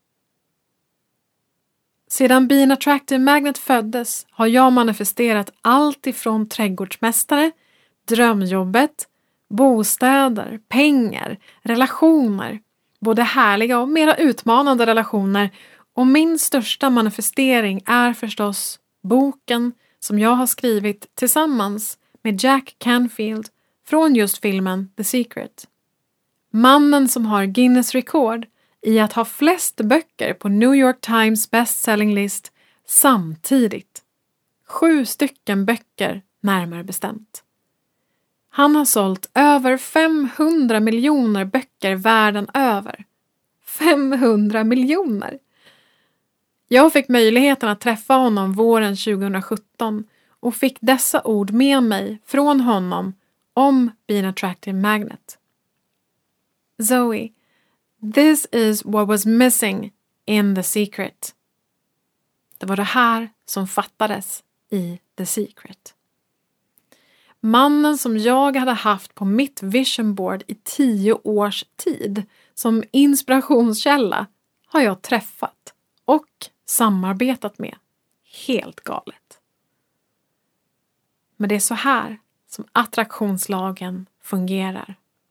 Sedan Be an Attractive Magnet föddes har jag manifesterat allt ifrån trädgårdsmästare, drömjobbet, bostäder, pengar, relationer, både härliga och mera utmanande relationer. Och min största manifestering är förstås boken som jag har skrivit tillsammans med Jack Canfield från just filmen The Secret. Mannen som har Guinness rekord i att ha flest böcker på New York Times bestselling list samtidigt. Sju stycken böcker närmare bestämt. Han har sålt över femhundra miljoner böcker världen över. femhundra miljoner! Jag fick möjligheten att träffa honom våren tjugosjutton och fick dessa ord med mig från honom om Be an Attractive Magnet. Zoe, this is what was missing in The Secret. Det var det här som fattades i The Secret. Mannen som jag hade haft på mitt vision board i tio års tid som inspirationskälla har jag träffat och samarbetat med. Helt galet. Men det är så här som attraktionslagen fungerar.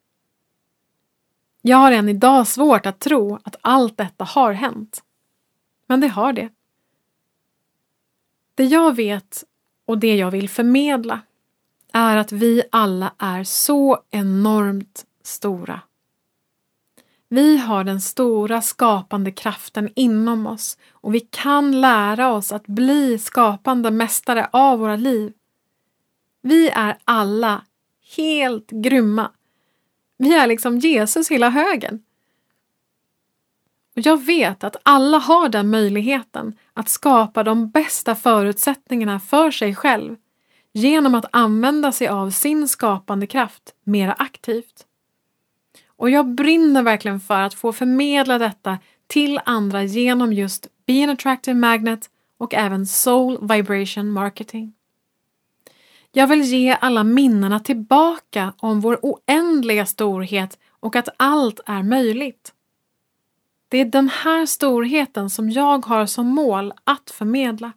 Jag har än idag svårt att tro att allt detta har hänt. Men det har det. Det jag vet och det jag vill förmedla är att vi alla är så enormt stora. Vi har den stora skapande kraften inom oss och vi kan lära oss att bli skapande mästare av våra liv. Vi är alla helt grymma. Vi är liksom Jesus hela högen. Och jag vet att alla har den möjligheten att skapa de bästa förutsättningarna för sig själv genom att använda sig av sin skapande kraft mer aktivt. Och jag brinner verkligen för att få förmedla detta till andra genom just Be an Attractive Magnet och även Soul Vibration Marketing. Jag vill ge alla minnena tillbaka om vår oändliga storhet och att allt är möjligt. Det är den här storheten som jag har som mål att förmedla.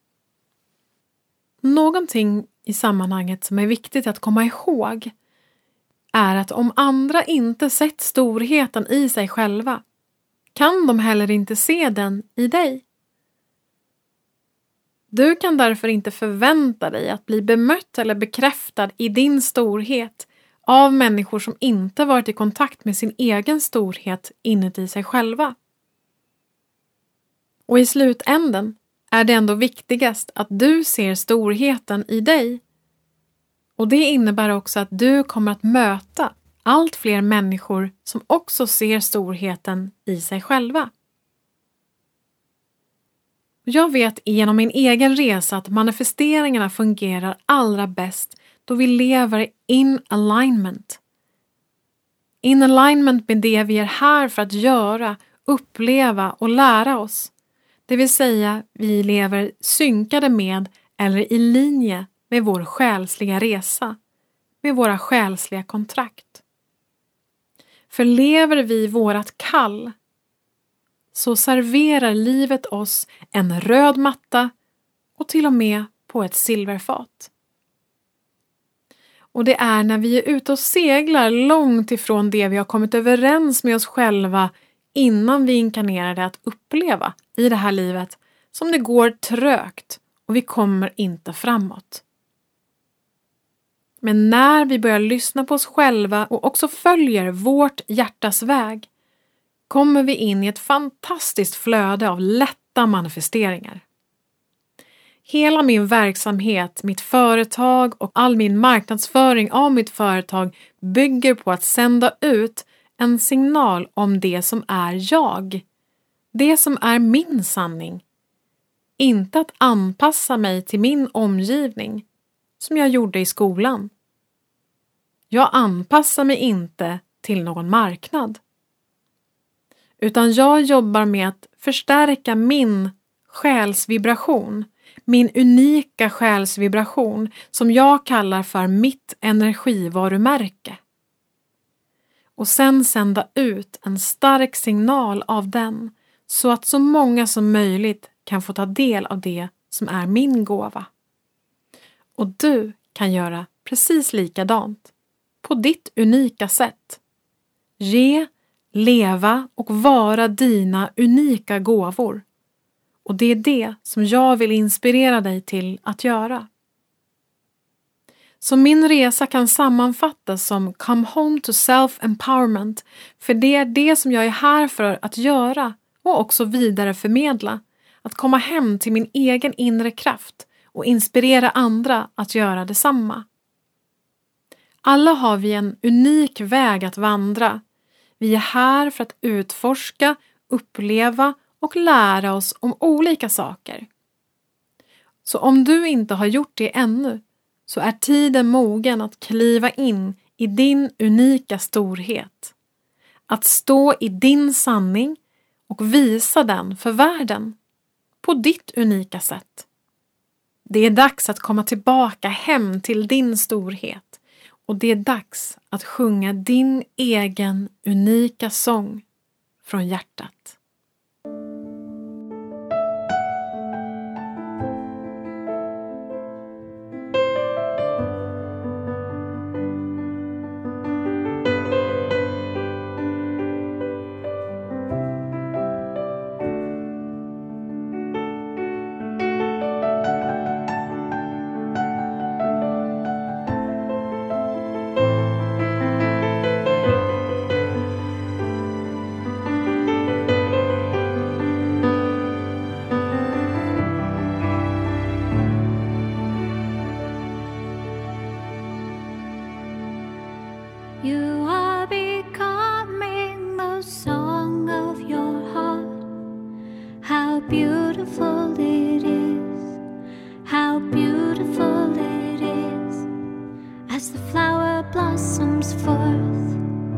Någonting i sammanhanget som är viktigt att komma ihåg är att om andra inte sett storheten i sig själva kan de heller inte se den i dig. Du kan därför inte förvänta dig att bli bemött eller bekräftad i din storhet av människor som inte varit i kontakt med sin egen storhet inuti sig själva. Och i slutänden är det ändå viktigast att du ser storheten i dig. Och det innebär också att du kommer att möta allt fler människor som också ser storheten i sig själva. Jag vet genom min egen resa att manifesteringarna fungerar allra bäst då vi lever in alignment. In alignment med det vi är här för att göra, uppleva och lära oss. Det vill säga vi lever synkade med eller i linje med vår själsliga resa, med våra själsliga kontrakt. För lever vi vårat kall så serverar livet oss en röd matta och till och med på ett silverfat. Och det är när vi är ute och seglar långt ifrån det vi har kommit överens med oss själva innan vi inkarnerade att uppleva i det här livet som det går trögt och vi kommer inte framåt. Men när vi börjar lyssna på oss själva och också följer vårt hjärtas väg kommer vi in i ett fantastiskt flöde av lätta manifesteringar. Hela min verksamhet, mitt företag och all min marknadsföring av mitt företag bygger på att sända ut en signal om det som är jag. Det som är min sanning. Inte att anpassa mig till min omgivning som jag gjorde i skolan. Jag anpassar mig inte till någon marknad. Utan jag jobbar med att förstärka min själsvibration. Min unika själsvibration som jag kallar för mitt energivarumärke. Och sen sända ut en stark signal av den så att så många som möjligt kan få ta del av det som är min gåva. Och du kan göra precis likadant på ditt unika sätt. Ge, leva och vara dina unika gåvor. Och det är det som jag vill inspirera dig till att göra. Så min resa kan sammanfattas som Come Home to Self-Empowerment. För det är det som jag är här för att göra och också vidare förmedla. Att komma hem till min egen inre kraft och inspirera andra att göra detsamma. Alla har vi en unik väg att vandra. Vi är här för att utforska, uppleva och lära oss om olika saker. Så om du inte har gjort det ännu så är tiden mogen att kliva in i din unika storhet. Att stå i din sanning och visa den för världen på ditt unika sätt. Det är dags att komma tillbaka hem till din storhet. Och det är dags att sjunga din egen unika sång från hjärtat. You are becoming the song of your heart. How beautiful it is, how beautiful it is, as the flower blossoms forth.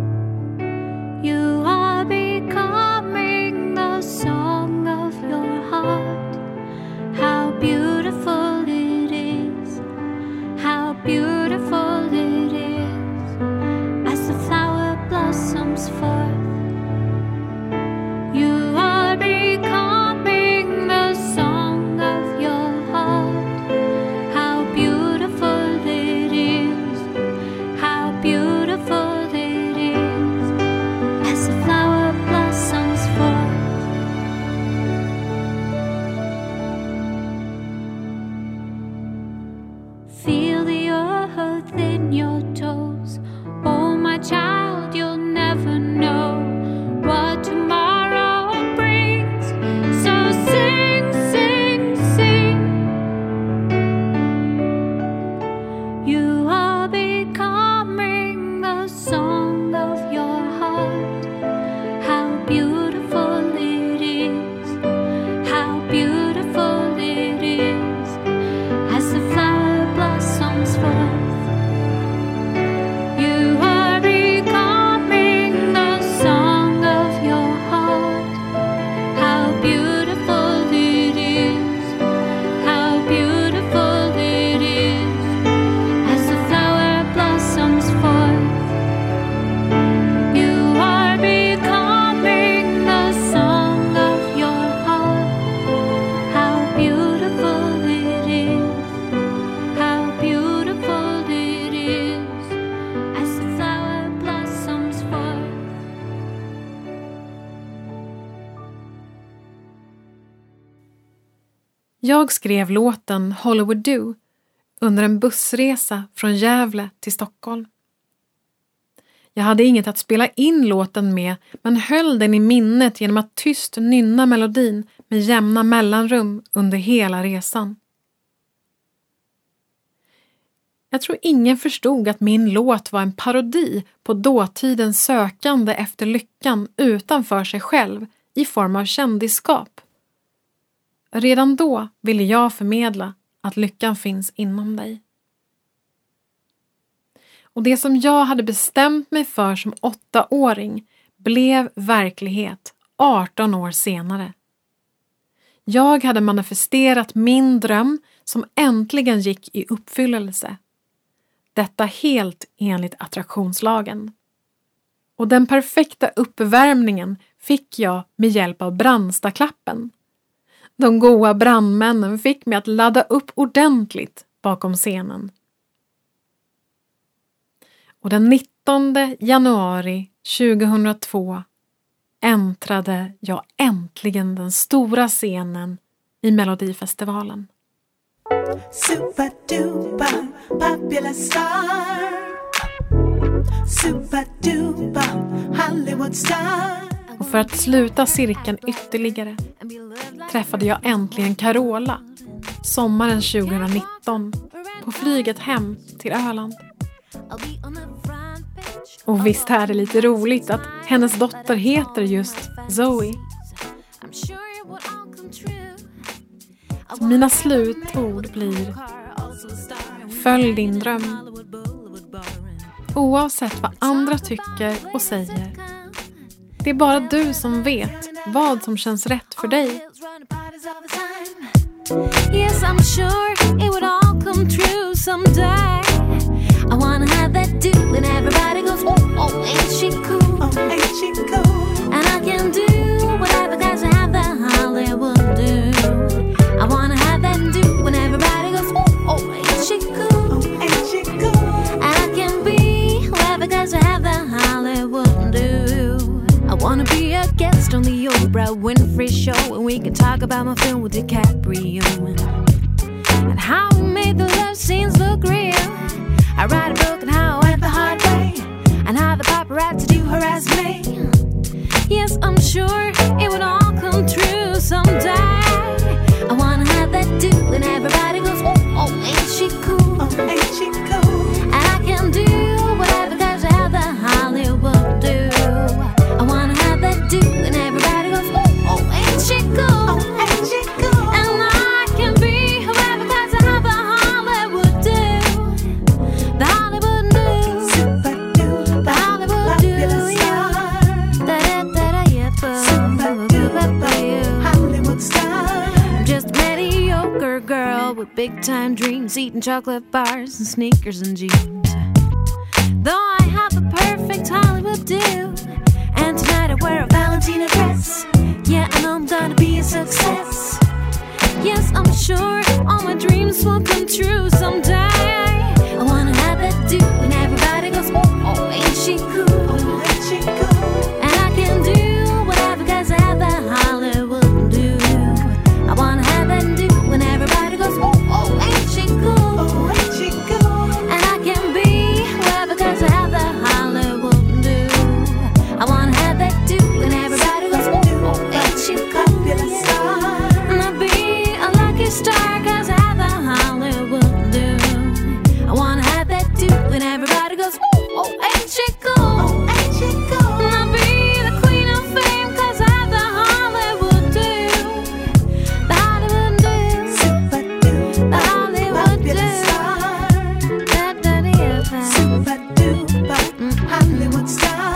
You are becoming the song of your heart. How beautiful it is, how beautiful it is, blossoms forth. You are becoming the song of your heart. How beautiful it is, how beautiful it is, as the flower blossoms forth. Feel the earth in your toes, oh my child. You'll never know what tomorrow brings. So sing, sing, sing. You are becoming the song of your heart. How beautiful it is, how beautiful it is, as the flower blossoms forth. You are becoming the song of your heart. How beautiful it is, how beautiful it is, as the flower blossoms forth. You are becoming the song of your heart. How beautiful it is, how beautiful it is, as the flower blossoms forth. Jag skrev låten Hollywood Do under en bussresa från Gävle till Stockholm. Jag hade inget att spela in låten med, men höll den i minnet genom att tyst nynna melodin med jämna mellanrum under hela resan. Jag tror ingen förstod att min låt var en parodi på dåtidens sökande efter lyckan utanför sig själv i form av kändisskap. Redan då ville jag förmedla att lyckan finns inom dig. Och det som jag hade bestämt mig för som åttaåring blev verklighet arton år senare. Jag hade manifesterat min dröm som äntligen gick i uppfyllelse. Detta helt enligt attraktionslagen. Och den perfekta uppvärmningen fick jag med hjälp av Brandstaklappen. De goda brandmännen fick mig att ladda upp ordentligt bakom scenen. Och den nittonde januari tjugohundratvå äntrade jag äntligen den stora scenen i Melodifestivalen. Super duper popular star. Super duper Hollywood star. Och för att sluta cirkeln ytterligare träffade jag äntligen Carola sommaren tjugohundranitton på flyget hem till Öland. Och visst är det lite roligt att hennes dotter heter just Zoe. Så mina slutord blir: följ din dröm. Oavsett vad andra tycker och säger. Det är bara du som vet vad som känns rätt för dig. Yes, I'm sure it come true someday. I wanna have that dude and everybody goes, oh, oh, ain't she cool? Oh, ain't she cool? And I can do whatever guys have that Hollywood do. I wanna have that dude when everybody goes, oh, oh, ain't she cool? Oh, ain't she cool? And I can be whoever guys have that Hollywood do. I wanna be a guest on the Oprah Winfrey Show, and we can talk about my film with DiCaprio and how we made the love scenes look real. I write a book on how I went the hard way and how the paparazzi do harass me. Yes, I'm sure it would all come true someday. I wanna have that dude and everybody goes, oh, oh, ain't she cool? Oh, ain't she cool? And I can do whatever guys have that Hollywood do. I wanna have that dude and everybody goes, oh, oh, ain't she cool? Oh, ain't she cool? And I can be whoever guys have the Hollywood do. The Hollywood do. Super duper The Hollywood popular do. star. Da-da-da-da, yeah, Super duper Hollywood star. I'm just a mediocre girl with big time dreams, eating chocolate bars and sneakers and jeans. Though I have a perfect Hollywood do, and tonight I wear a Valentina dress. Yeah, I know I'm gonna be a success. Yes, I'm sure all my dreams will come true someday. I wanna have that dude and everybody goes, oh, oh, ain't she cool? Oh, ain't she cool? And I can do whatever guys have that Hollywood do. I wanna have that dude when everybody goes, oh, oh, ain't she cool? Oh, ain't she cool? And I can be whoever guys have that Hollywood do. I wanna have that dude when everybody goes, oh, oh, ain't she cool? Popular star. And I'll be a lucky star cause I have that Hollywood do. I wanna have that dude when everybody goes, oh, oh, ain't she cool? Oh, ain't she cool? And I'll be the queen of fame cause I have the Hollywood do. The Hollywood do. Super duper The Hollywood popular do. star. Da-da-da-da. Super duper Hollywood star.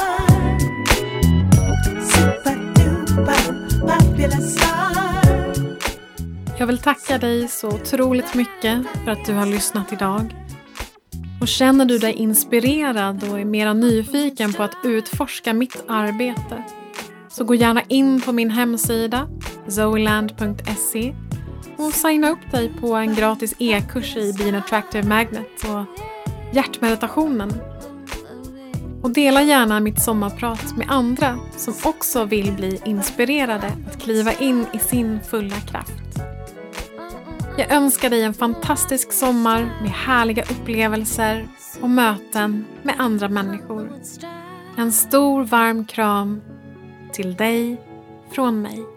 Super duper popular star. Jag vill tacka dig så otroligt mycket för att du har lyssnat idag. Och känner du dig inspirerad och är mera nyfiken på att utforska mitt arbete, så gå gärna in på min hemsida zoeland punkt se och signa upp dig på en gratis e-kurs i Be an Attractive Magnet och hjärtmeditationen. Och dela gärna mitt sommarprat med andra som också vill bli inspirerade att kliva in i sin fulla kraft. Jag önskar dig en fantastisk sommar med härliga upplevelser och möten med andra människor. En stor varm kram till dig från mig.